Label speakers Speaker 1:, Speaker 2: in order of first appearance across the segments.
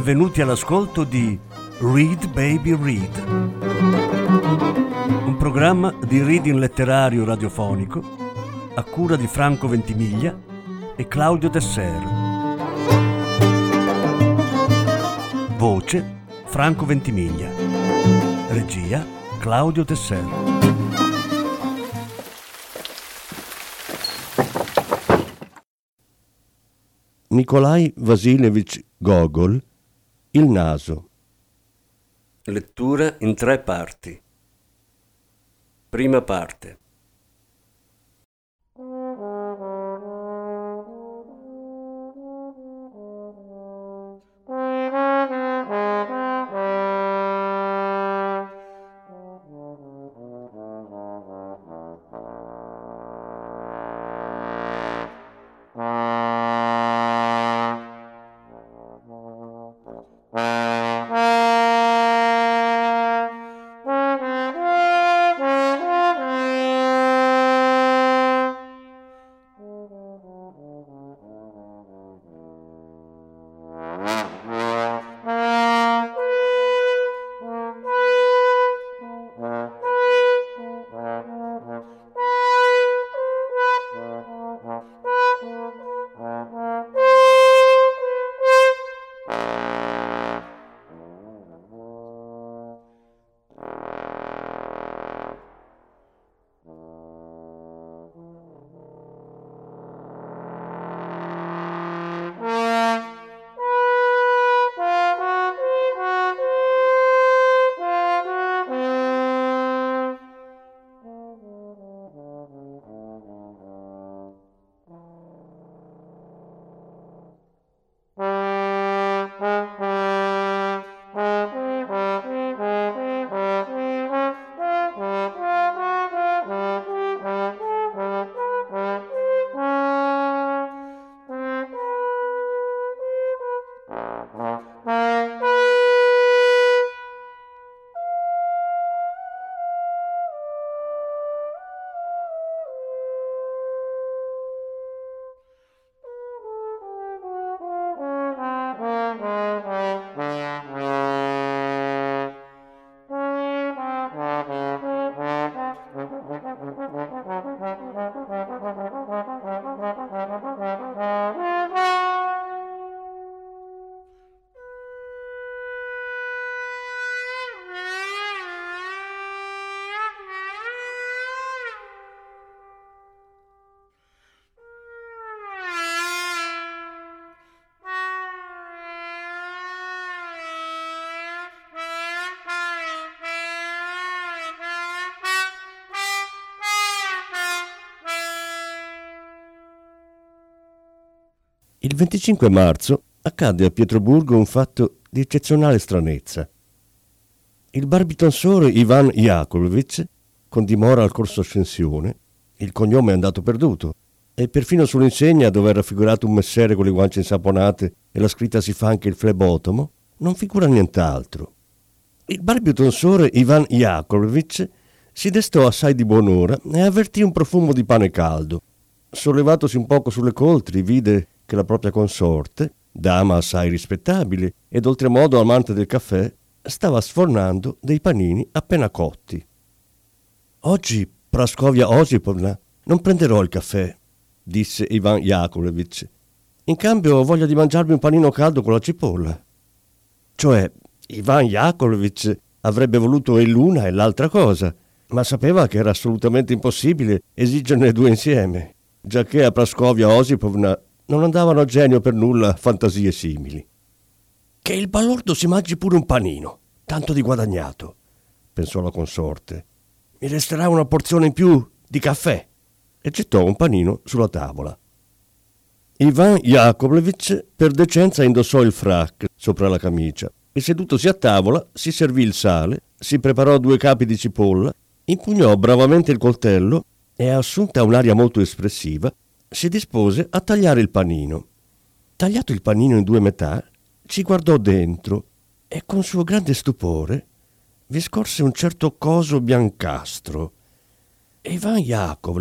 Speaker 1: benvenuti all'ascolto di Read Baby Read, un programma di reading letterario radiofonico a cura di Franco Ventimiglia e Claudio Desser. Voce Franco Ventimiglia. Regia Claudio Desser.
Speaker 2: Nikolai Vasilevich Gogol, Il naso.
Speaker 1: Lettura in 3 parti. Prima parte.
Speaker 2: Il 25 marzo accadde a Pietroburgo un fatto di eccezionale stranezza. Il barbitonsore Ivan Yakovlevich, con dimora al corso Ascensione, il cognome è andato perduto, e perfino sull'insegna, dove è raffigurato un messere con le guance insaponate e la scritta si fa anche il flebotomo, non figura nient'altro. Il barbitonsore Ivan Yakovlevich si destò assai di buon'ora e avvertì un profumo di pane caldo. Sollevatosi un poco sulle coltri, vide che la propria consorte, dama assai rispettabile ed oltremodo amante del caffè, stava sfornando dei panini appena cotti. «Oggi, Praskovia Osipovna, non prenderò il caffè», disse Ivan Yakovlevich. «In cambio ho voglia di mangiarmi un panino caldo con la cipolla». Cioè, Ivan Yakovlevich avrebbe voluto e l'una e l'altra cosa, ma sapeva che era assolutamente impossibile esigerne 2 insieme, giacché a Praskovia Osipovna non andavano a genio per nulla fantasie simili. «Che il balordo si mangi pure un panino, tanto di guadagnato», pensò la consorte. «Mi resterà una porzione in più di caffè», e gettò un panino sulla tavola. Ivan Yakovlevich per decenza indossò il frac sopra la camicia e, sedutosi a tavola, si servì il sale, si preparò 2 capi di cipolla, impugnò bravamente il coltello e, assunta un'aria molto espressiva, si dispose a tagliare il panino. Tagliato il panino in 2 metà, ci guardò dentro e con suo grande stupore vi scorse un certo coso biancastro. Ivan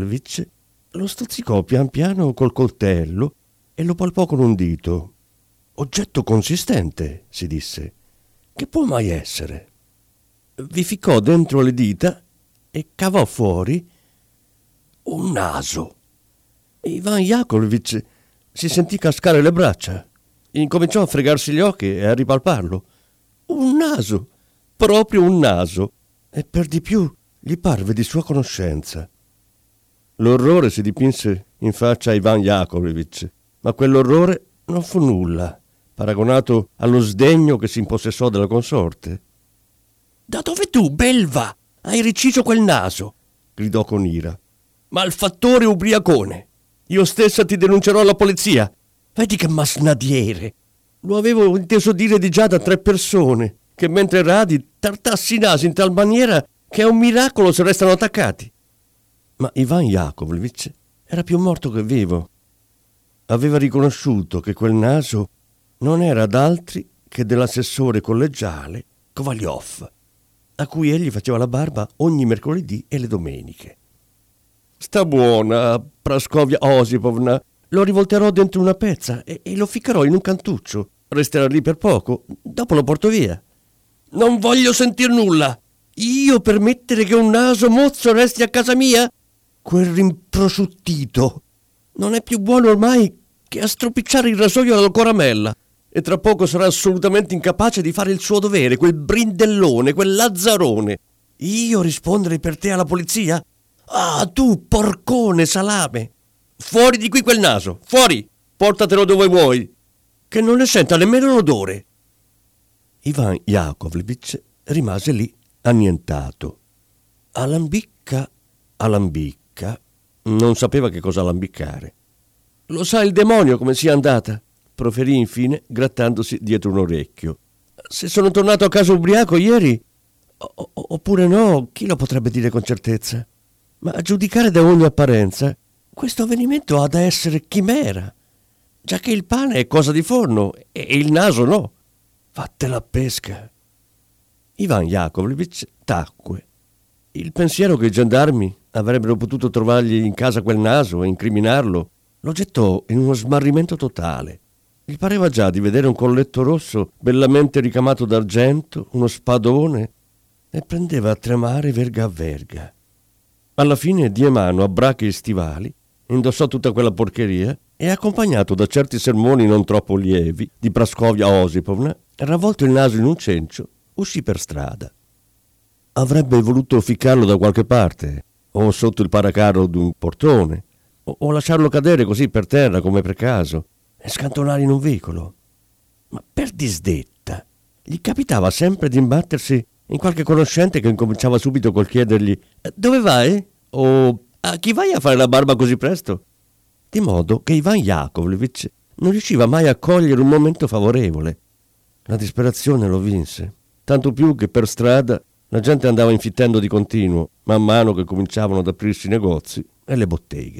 Speaker 2: Yakovlevich lo stuzzicò pian piano col coltello e lo palpò con un dito. oggetto consistente, si disse. Che può mai essere? Vi ficcò dentro le dita e cavò fuori un naso. Ivan Yakovlevich si sentì cascare le braccia. Incominciò a fregarsi gli occhi e a ripalparlo. Un naso, proprio un naso, e per di più gli parve di sua conoscenza. L'orrore si dipinse in faccia a Ivan Yakovlevich, ma quell'orrore non fu nulla, paragonato allo sdegno che si impossessò della consorte. «Da dove tu, belva, hai reciso quel naso?» gridò con ira. «Malfattore ubriacone! Io stessa ti denuncerò alla polizia! Vedi che masnadiere! Lo avevo inteso dire di già da 3 persone, che mentre radi tartassi i nasi in tal maniera che è un miracolo se restano attaccati!» Ma Ivan Yakovlevich era più morto che vivo. Aveva riconosciuto che quel naso non era d'altri che dell'assessore collegiale Kovalyov, a cui egli faceva la barba ogni mercoledì e le domeniche. «Sta buona, Praskovia Osipovna, lo rivolterò dentro una pezza e lo ficcherò in un cantuccio. Resterà lì per poco, dopo lo porto via». «Non voglio sentir nulla! Io permettere che un naso mozzo resti a casa mia? Quel rimprosciuttito non è più buono ormai che a stropicciare il rasoio alla coramella, e tra poco sarà assolutamente incapace di fare il suo dovere, quel brindellone, quel lazzarone. Io rispondere per te alla polizia? Ah, tu, porcone, salame! Fuori di qui quel naso, fuori! Portatelo dove vuoi, che non ne senta nemmeno l'odore!» Ivan Yakovlevich rimase lì annientato. Alambicca, non sapeva che cosa alambiccare. «Lo sa il demonio come sia andata?» proferì infine, grattandosi dietro un orecchio. «Se sono tornato a casa ubriaco ieri, oppure no, chi lo potrebbe dire con certezza? Ma a giudicare da ogni apparenza, questo avvenimento ha da essere chimera, già che il pane è cosa di forno e il naso no. Vattela a pesca!» Ivan Yakovlevich tacque. Il pensiero che i gendarmi avrebbero potuto trovargli in casa quel naso e incriminarlo lo gettò in uno smarrimento totale. Gli pareva già di vedere un colletto rosso bellamente ricamato d'argento, uno spadone, e prendeva a tremare verga a verga. Alla fine diè mano a brache e stivali, indossò tutta quella porcheria e, accompagnato da certi sermoni non troppo lievi di Praskovia Osipovna, ravvolto il naso in un cencio, uscì per strada. Avrebbe voluto ficcarlo da qualche parte, o sotto il paracarro d'un portone, o lasciarlo cadere così per terra come per caso e scantonare in un vicolo. Ma per disdetta gli capitava sempre di imbattersi in qualche conoscente che incominciava subito col chiedergli «Dove vai?» o «A chi vai a fare la barba così presto?» Di modo che Ivan Yakovlevich non riusciva mai a cogliere un momento favorevole. La disperazione lo vinse, tanto più che per strada la gente andava infittendo di continuo, man mano che cominciavano ad aprirsi i negozi e le botteghe.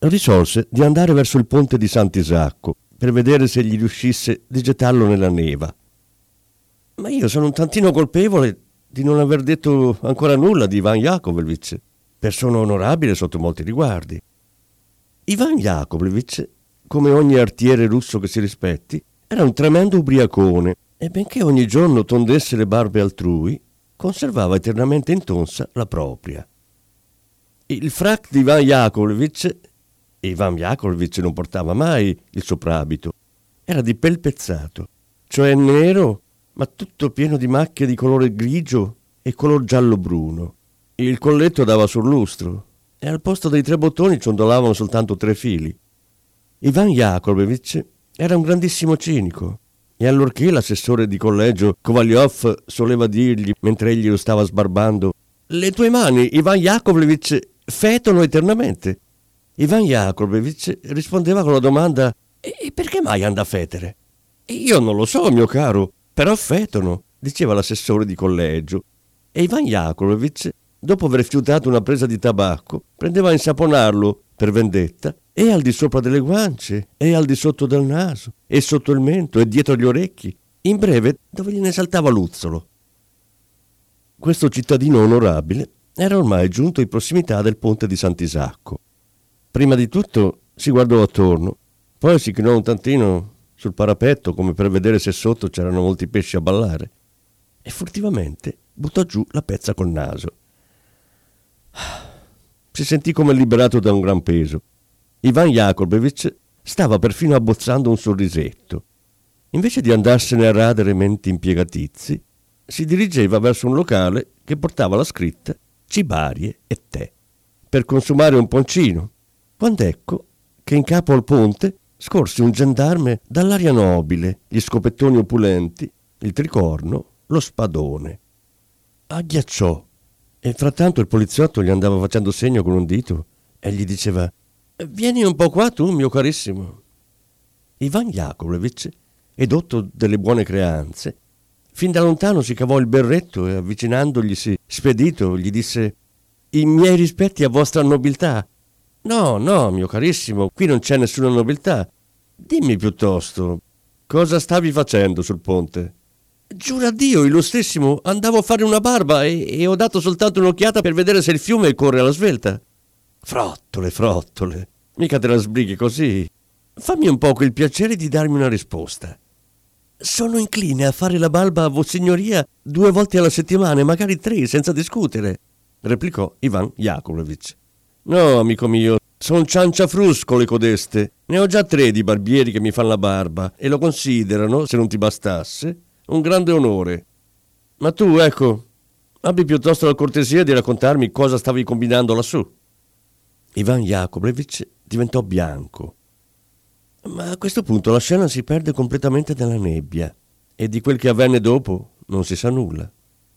Speaker 2: risolse di andare verso il ponte di Sant'Isacco per vedere se gli riuscisse di gettarlo nella neva. Ma io sono un tantino colpevole di non aver detto ancora nulla di Ivan Jakovlevich, persona onorabile sotto molti riguardi. Ivan Jakovlevich, come ogni artiere russo che si rispetti, era un tremendo ubriacone e benché ogni giorno tondesse le barbe altrui, conservava eternamente intonsa la propria. Il frac di Ivan Jakovlevich non portava mai il soprabito, era di pel pezzato, cioè nero, ma tutto pieno di macchie di colore grigio e color giallo-bruno. Il colletto dava sul lustro e al posto dei 3 bottoni ciondolavano soltanto 3 fili. Ivan Jakovlevich era un grandissimo cinico e allorché l'assessore di collegio Kovalyov soleva dirgli, mentre egli lo stava sbarbando: «Le tue mani, Ivan Jakovlevich, fetono eternamente». Ivan Jakovlevich rispondeva con la domanda: «E perché mai anda a fetere?» «Io non lo so, mio caro, però fetono», diceva l'assessore di collegio. E Ivan Jakovlevich, dopo aver fiutato una presa di tabacco, prendeva a insaponarlo per vendetta e al di sopra delle guance, e al di sotto del naso, e sotto il mento, e dietro gli orecchi, in breve dove gliene saltava l'uzzolo. Questo cittadino onorabile era ormai giunto in prossimità del ponte di Sant'Isacco. Prima di tutto si guardò attorno, poi si chinò un tantino sul parapetto come per vedere se sotto c'erano molti pesci a ballare e furtivamente buttò giù la pezza col naso. Si sentì come liberato da un gran peso. Ivan Jakovlevich stava perfino abbozzando un sorrisetto. Invece di andarsene a radere menti impiegatizi, si dirigeva verso un locale che portava la scritta cibarie e tè, per consumare un poncino, quando ecco che in capo al ponte scorse un gendarme dall'aria nobile, gli scopettoni opulenti, il tricorno, lo spadone. Agghiacciò e frattanto il poliziotto gli andava facendo segno con un dito e gli diceva: «Vieni un po' qua tu, mio carissimo». Ivan Jakovlevich, edotto delle buone creanze, fin da lontano si cavò il berretto e avvicinandoglisi spedito gli disse: «I miei rispetti a vostra nobiltà». «No, no, mio carissimo, qui non c'è nessuna nobiltà. Dimmi piuttosto, cosa stavi facendo sul ponte?» «Giura Dio, illustrissimo, andavo a fare una barba e ho dato soltanto un'occhiata per vedere se il fiume corre alla svelta». Frottole, mica te la sbrighi così. Fammi un poco il piacere di darmi una risposta». «Sono incline a fare la barba a vossignoria 2 volte alla settimana e magari 3 senza discutere», replicò Ivan Jakovlevich. «No, amico mio, son cianciafruscole codeste. Ne ho già 3 di barbieri che mi fanno la barba e lo considerano, se non ti bastasse, un grande onore. Ma tu, ecco, abbi piuttosto la cortesia di raccontarmi cosa stavi combinando lassù». Ivan Jakovlevich diventò bianco. Ma a questo punto la scena si perde completamente nella nebbia e di quel che avvenne dopo non si sa nulla.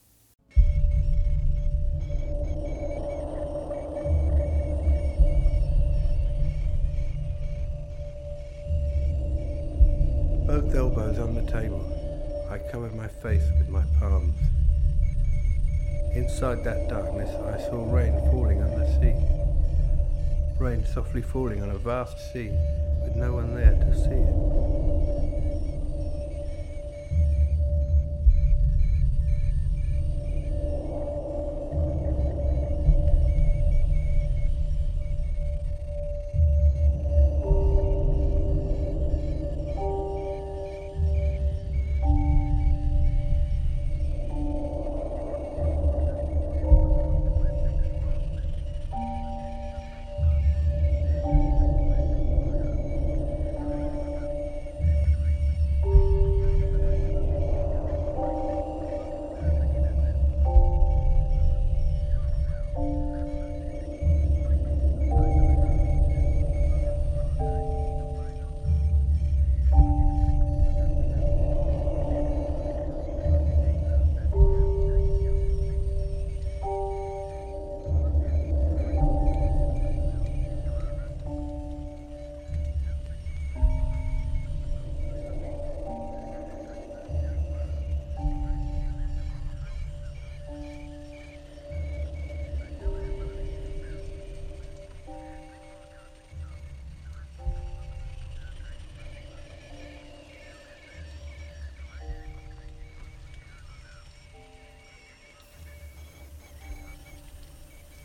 Speaker 3: Both elbows on the table, I covered my face with my palms. Inside that darkness I saw rain falling on the sea. Rain softly falling on a vast sea with no one there to see it.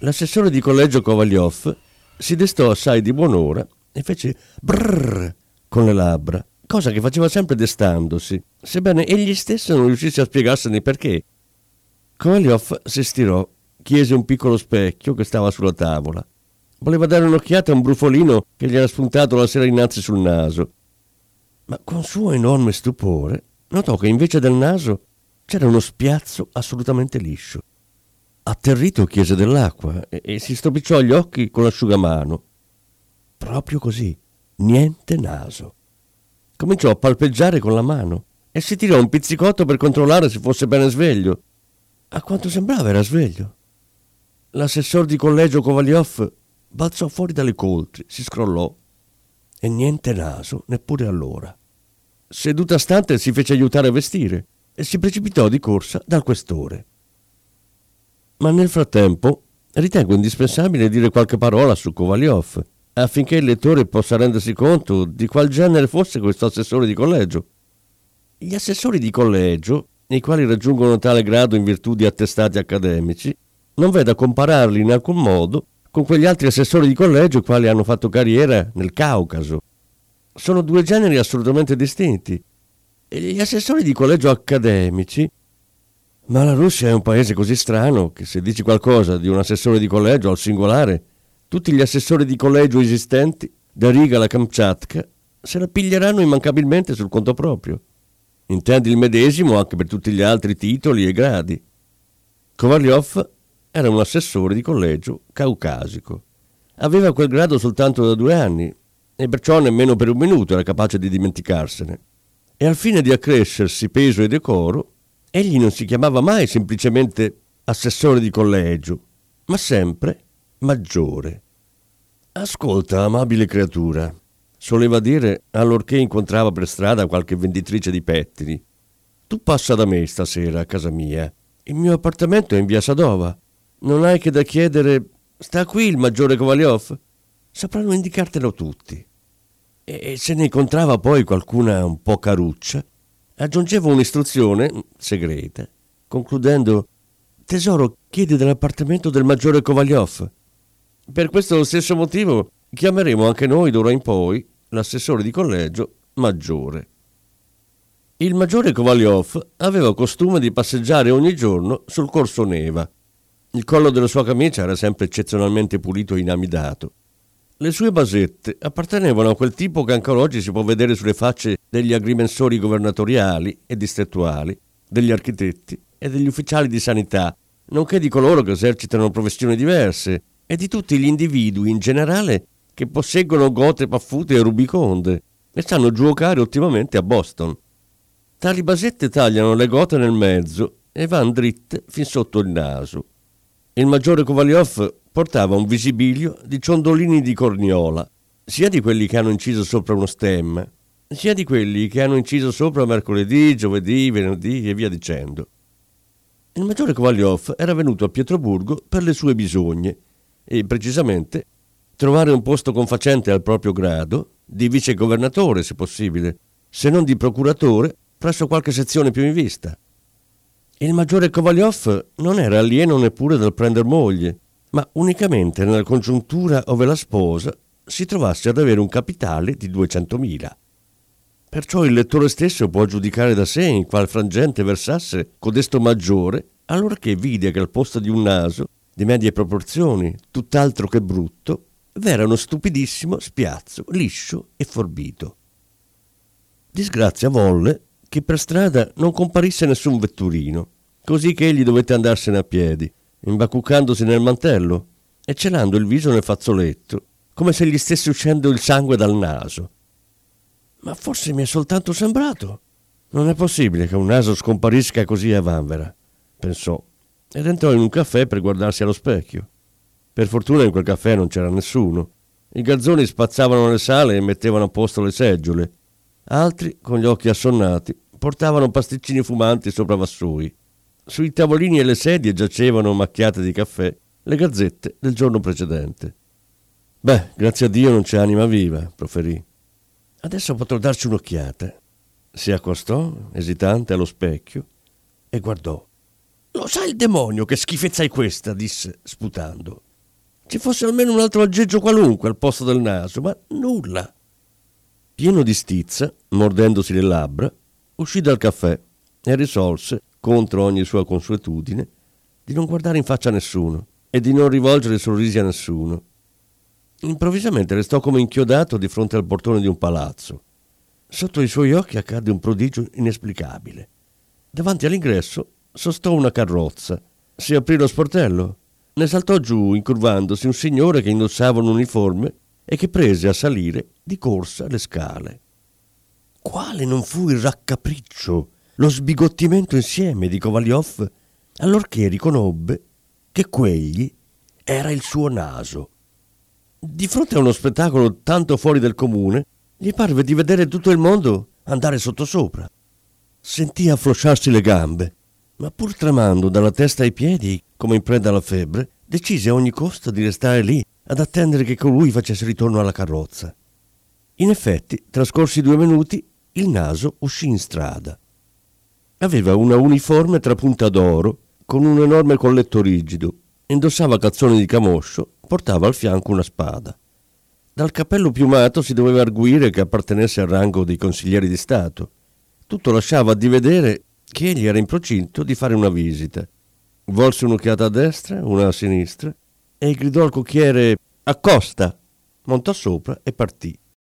Speaker 2: L'assessore di collegio Kovalyov si destò assai di buon'ora e fece brrr con le labbra, cosa che faceva sempre destandosi, sebbene egli stesso non riuscisse a spiegarsene perché. Kovalyov si stirò, chiese un piccolo specchio che stava sulla tavola. Voleva dare un'occhiata a un brufolino che gli era spuntato la sera innanzi sul naso. Ma con suo enorme stupore notò che invece del naso c'era uno spiazzo assolutamente liscio. Atterrito chiese dell'acqua e si stropicciò gli occhi con l'asciugamano. Proprio così, niente naso. Cominciò a palpeggiare con la mano e si tirò un pizzicotto per controllare se fosse bene sveglio. A quanto sembrava era sveglio. L'assessor di collegio Kovalyov balzò fuori dalle coltri, si scrollò e niente naso neppure allora. Seduta stante si fece aiutare a vestire e si precipitò di corsa dal questore. Ma nel frattempo ritengo indispensabile dire qualche parola su Kovalyov, affinché il lettore possa rendersi conto di qual genere fosse questo assessore di collegio. Gli assessori di collegio, i quali raggiungono tale grado in virtù di attestati accademici, non v'è da compararli in alcun modo con quegli altri assessori di collegio i quali hanno fatto carriera nel Caucaso. Sono due generi assolutamente distinti. E gli assessori di collegio accademici... Ma la Russia è un paese così strano che se dici qualcosa di un assessore di collegio al singolare, tutti gli assessori di collegio esistenti, da Riga alla Kamchatka, se la piglieranno immancabilmente sul conto proprio. Intendi il medesimo anche per tutti gli altri titoli e gradi. Kovalyov era un assessore di collegio caucasico. Aveva quel grado soltanto da 2 anni e perciò nemmeno per un minuto era capace di dimenticarsene. E al fine di accrescersi peso e decoro, egli non si chiamava mai semplicemente assessore di collegio, ma sempre maggiore. «Ascolta, amabile creatura», soleva dire allorché incontrava per strada qualche venditrice di pettini. «Tu passa da me stasera a casa mia. Il mio appartamento è in via Sadova. Non hai che da chiedere: sta qui il maggiore Kovalyov?» Sapranno indicartelo tutti. E se ne incontrava poi qualcuna un po' caruccia, aggiungeva un'istruzione segreta, concludendo: «Tesoro, chiedi dell'appartamento del maggiore Kovalyov». Per questo stesso motivo chiameremo anche noi d'ora in poi l'assessore di collegio maggiore. Il maggiore Kovalyov aveva costume di passeggiare ogni giorno sul corso Neva. Il collo della sua camicia era sempre eccezionalmente pulito e inamidato. Le sue basette appartenevano a quel tipo che ancora oggi si può vedere sulle facce degli agrimensori governatoriali e distrettuali, degli architetti e degli ufficiali di sanità, nonché di coloro che esercitano professioni diverse e di tutti gli individui in generale che posseggono gote paffute e rubiconde e sanno giuocare ottimamente a Boston. Tali basette tagliano le gote nel mezzo e van dritte fin sotto il naso. Il maggiore Kovalyov portava un visibilio di ciondolini di corniola, sia di quelli che hanno inciso sopra uno stemma, sia di quelli che hanno inciso sopra mercoledì, giovedì, venerdì e via dicendo. Il maggiore Kovalyov era venuto a Pietroburgo per le sue bisogne e, precisamente, trovare un posto confacente al proprio grado, di vicegovernatore se possibile, se non di procuratore presso qualche sezione più in vista. Il maggiore Kovalyov non era alieno neppure dal prender moglie, ma unicamente nella congiuntura ove la sposa si trovasse ad avere un capitale di 200.000. Perciò il lettore stesso può giudicare da sé in qual frangente versasse codesto maggiore, allorché vide che al posto di un naso di medie proporzioni, tutt'altro che brutto, v'era uno stupidissimo spiazzo liscio e forbito. Disgrazia volle che per strada non comparisse nessun vetturino, così che egli dovette andarsene a piedi, imbacuccandosi nel mantello e celando il viso nel fazzoletto, come se gli stesse uscendo il sangue dal naso. «Ma forse mi è soltanto sembrato. Non è possibile che un naso scomparisca così a vanvera», pensò, ed entrò in un caffè per guardarsi allo specchio. Per fortuna in quel caffè non c'era nessuno. I garzoni spazzavano le sale e mettevano a posto le seggiole. Altri, con gli occhi assonnati, portavano pasticcini fumanti sopra vassoi. Sui tavolini e le sedie giacevano, macchiate di caffè, le gazzette del giorno precedente. «Beh, grazie a Dio non c'è anima viva», proferì. «Adesso potrò darci un'occhiata». Si accostò, esitante, allo specchio e guardò. «Lo sa il demonio che schifezza è questa?» disse, sputando. Ci fosse almeno un altro aggeggio qualunque al posto del naso, ma nulla. Pieno di stizza, mordendosi le labbra, uscì dal caffè e risolse, contro ogni sua consuetudine, di non guardare in faccia a nessuno e di non rivolgere sorrisi a nessuno. Improvvisamente restò come inchiodato di fronte al portone di un palazzo. Sotto i suoi occhi accadde un prodigio inesplicabile. Davanti all'ingresso sostò una carrozza. Si aprì lo sportello. Ne saltò giù, incurvandosi, un signore che indossava un uniforme e che prese a salire di corsa le scale. Quale non fu il raccapriccio, lo sbigottimento insieme di Kovalyov, allorché riconobbe che quegli era il suo naso. Di fronte a uno spettacolo tanto fuori del comune, gli parve di vedere tutto il mondo andare sottosopra. Sentì afflosciarsi le gambe, ma pur tremando dalla testa ai piedi, come in preda alla febbre, decise a ogni costo di restare lì ad attendere che colui facesse ritorno alla carrozza. In effetti, trascorsi 2 minuti, il naso uscì in strada. Aveva una uniforme trapunta d'oro con un enorme colletto rigido, indossava calzoni di camoscio, portava al fianco una spada. Dal cappello piumato si doveva arguire che appartenesse al rango dei consiglieri di Stato. Tutto lasciava di vedere che egli era in procinto di fare una visita. Volse un'occhiata a destra, una a sinistra e gridò al cocchiere «Accosta!». Montò sopra e partì.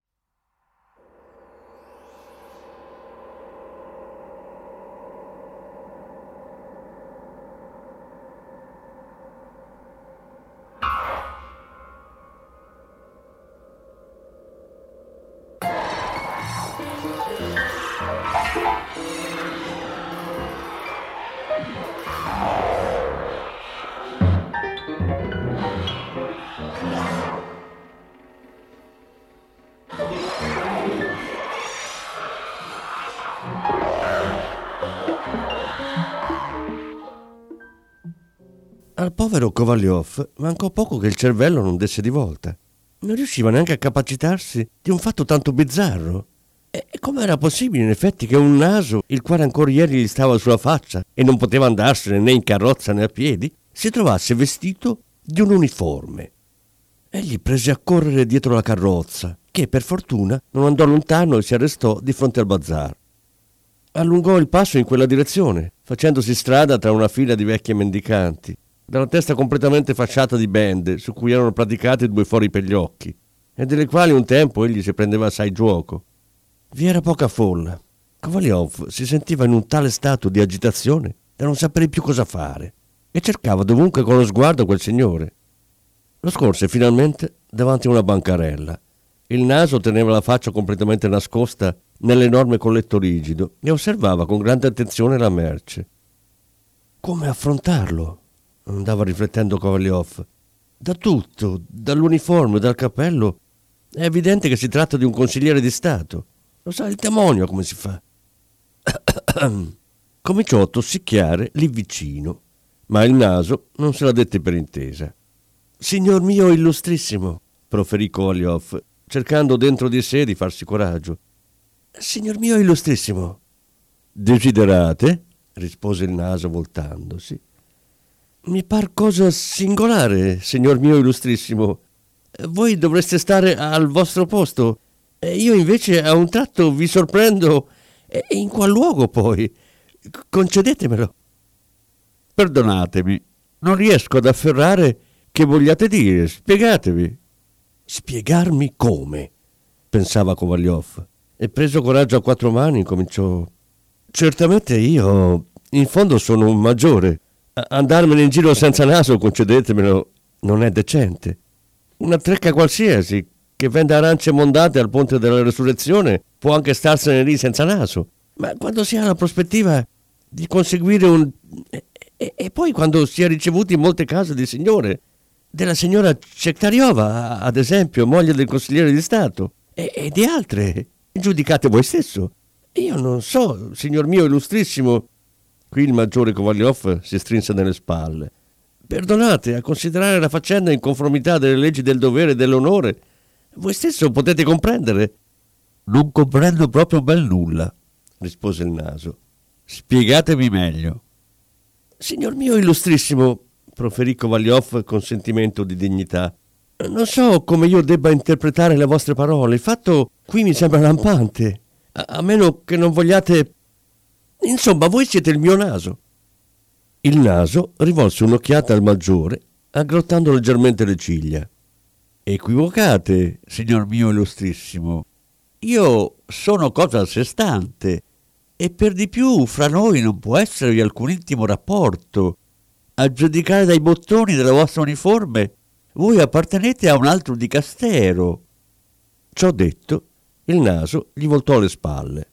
Speaker 2: Al povero Kovalyov mancò poco che il cervello non desse di volta. Non riusciva neanche a capacitarsi di un fatto tanto bizzarro. E com'era possibile in effetti che un naso, il quale ancora ieri gli stava sulla faccia e non poteva andarsene né in carrozza né a piedi, si trovasse vestito di un uniforme? Egli prese a correre dietro la carrozza, che per fortuna non andò lontano e si arrestò di fronte al bazar. Allungò il passo in quella direzione, facendosi strada tra una fila di vecchie mendicanti, dalla testa completamente fasciata di bende su cui erano praticati 2 fori per gli occhi, e delle quali un tempo egli si prendeva assai giuoco. Vi era poca folla. Kovalyov si sentiva in un tale stato di agitazione da non sapere più cosa fare e cercava dovunque con lo sguardo quel signore. Lo scorse finalmente davanti a una bancarella. Il naso teneva la faccia completamente nascosta nell'enorme colletto rigido e osservava con grande attenzione la merce. Come affrontarlo? Andava riflettendo Kovalyov. Da tutto, dall'uniforme, dal cappello, è evidente che si tratta di un consigliere di Stato. Lo sa il demonio come si fa. Cominciò a tossicchiare lì vicino, ma il naso non se la dette per intesa. «Signor mio illustrissimo», proferì Kovalyov, cercando dentro di sé di farsi coraggio. «Signor mio illustrissimo». «Desiderate?» rispose il naso voltandosi. «Mi par cosa singolare, signor mio illustrissimo. Voi dovreste stare al vostro posto. Io invece a un tratto vi sorprendo. E in qual luogo poi? Concedetemelo». «Perdonatemi, non riesco ad afferrare che vogliate dire. Spiegatevi». «Spiegarmi come?» pensava Kovalyov, e preso coraggio a 4 mani cominciò. «Certamente io, in fondo, sono un maggiore. Andarmene in giro senza naso, concedetemelo, non è decente. Una trecca qualsiasi che vende arance mondate al ponte della resurrezione può anche starsene lì senza naso, ma quando si ha la prospettiva di conseguire un... E poi quando si è ricevuti in molte case di signore, della signora Cektariova, ad esempio, moglie del consigliere di Stato, e di altre, giudicate voi stesso. Io non so, signor mio illustrissimo». Qui il maggiore Kovalyov si strinse nelle spalle. «Perdonate, a considerare la faccenda in conformità delle leggi del dovere e dell'onore, voi stesso potete comprendere». «Non comprendo proprio bel nulla», rispose il naso. «Spiegatemi meglio». «Signor mio illustrissimo, proferì Kovalyov con sentimento di dignità. Non so come io debba interpretare le vostre parole. Il fatto qui mi sembra lampante. A meno che non vogliate... Insomma, voi siete il mio naso. Il naso rivolse un'occhiata al maggiore, aggrottando leggermente le ciglia. Equivocate, signor mio illustrissimo. Io sono cosa a sé stante, e per di più fra noi non può esservi alcun intimo rapporto. A giudicare dai bottoni della vostra uniforme, voi appartenete a un altro dicastero. Ciò detto, il naso gli voltò le spalle.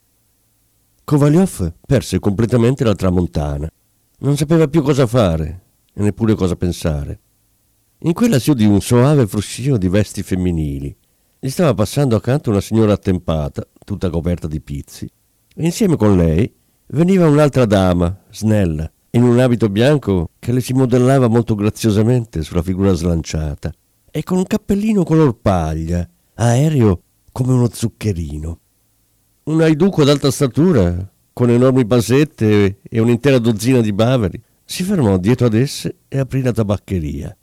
Speaker 2: Kovalyov perse completamente la tramontana. Non sapeva più cosa fare e neppure cosa pensare. In quella si udì un soave fruscio di vesti femminili. Gli stava passando accanto una signora attempata, tutta coperta di pizzi, e insieme con lei veniva un'altra dama, snella, in un abito bianco che le si modellava molto graziosamente sulla figura slanciata, e con un cappellino color paglia, aereo come uno zuccherino. Un aiduco d'alta statura, con enormi basette e un'intera dozzina di baveri, si fermò dietro ad esse e aprì la tabaccheria.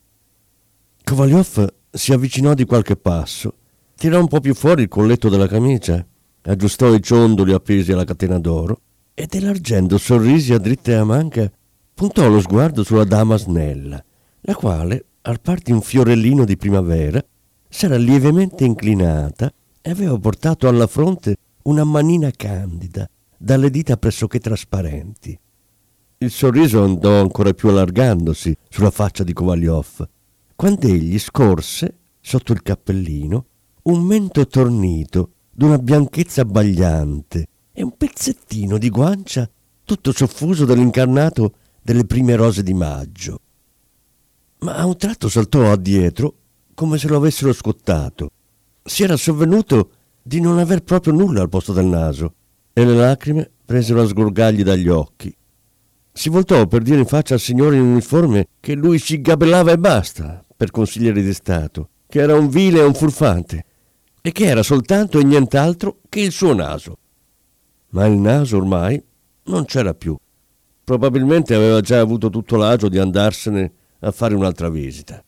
Speaker 2: Kovalyov si avvicinò di qualche passo, tirò un po' più fuori il colletto della camicia, aggiustò i ciondoli appesi alla catena d'oro ed elargendo sorrisi a dritta e a manca, puntò lo sguardo sulla dama snella, la quale, al par di un fiorellino di primavera, s'era lievemente inclinata e aveva portato alla fronte una manina candida, dalle dita pressoché trasparenti. Il sorriso andò ancora più allargandosi sulla faccia di Kovalyov, quand'egli scorse, sotto il cappellino, un mento tornito d'una bianchezza abbagliante e un pezzettino di guancia tutto soffuso dall'incarnato delle prime rose di maggio. Ma a un tratto saltò addietro come se lo avessero scottato. Si era sovvenuto di non aver proprio nulla al posto del naso e le lacrime presero a sgorgargli dagli occhi. Si voltò per dire in faccia al signore in uniforme che lui si gabellava e basta per consigliere di Stato, che era un vile e un furfante e che era soltanto e nient'altro che il suo naso. Ma il naso ormai non c'era più. Probabilmente aveva già avuto tutto l'agio di andarsene a fare un'altra visita.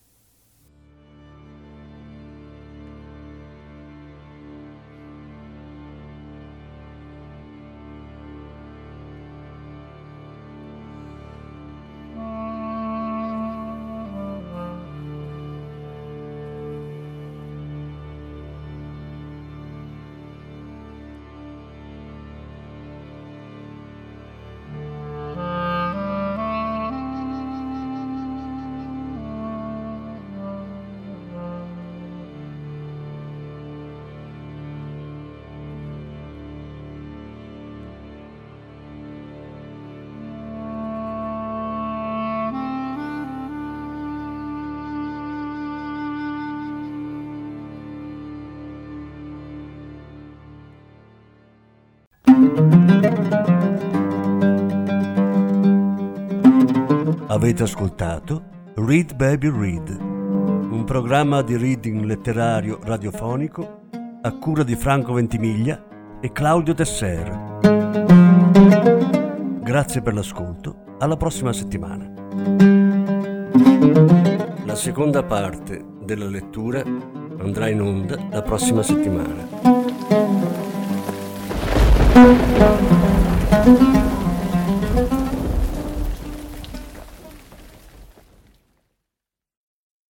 Speaker 1: Avete ascoltato Read Baby Read, un programma di reading letterario radiofonico a cura di Franco Ventimiglia e Claudio Tesser. Grazie per l'ascolto, alla prossima settimana. La seconda parte della lettura andrà in onda la prossima settimana.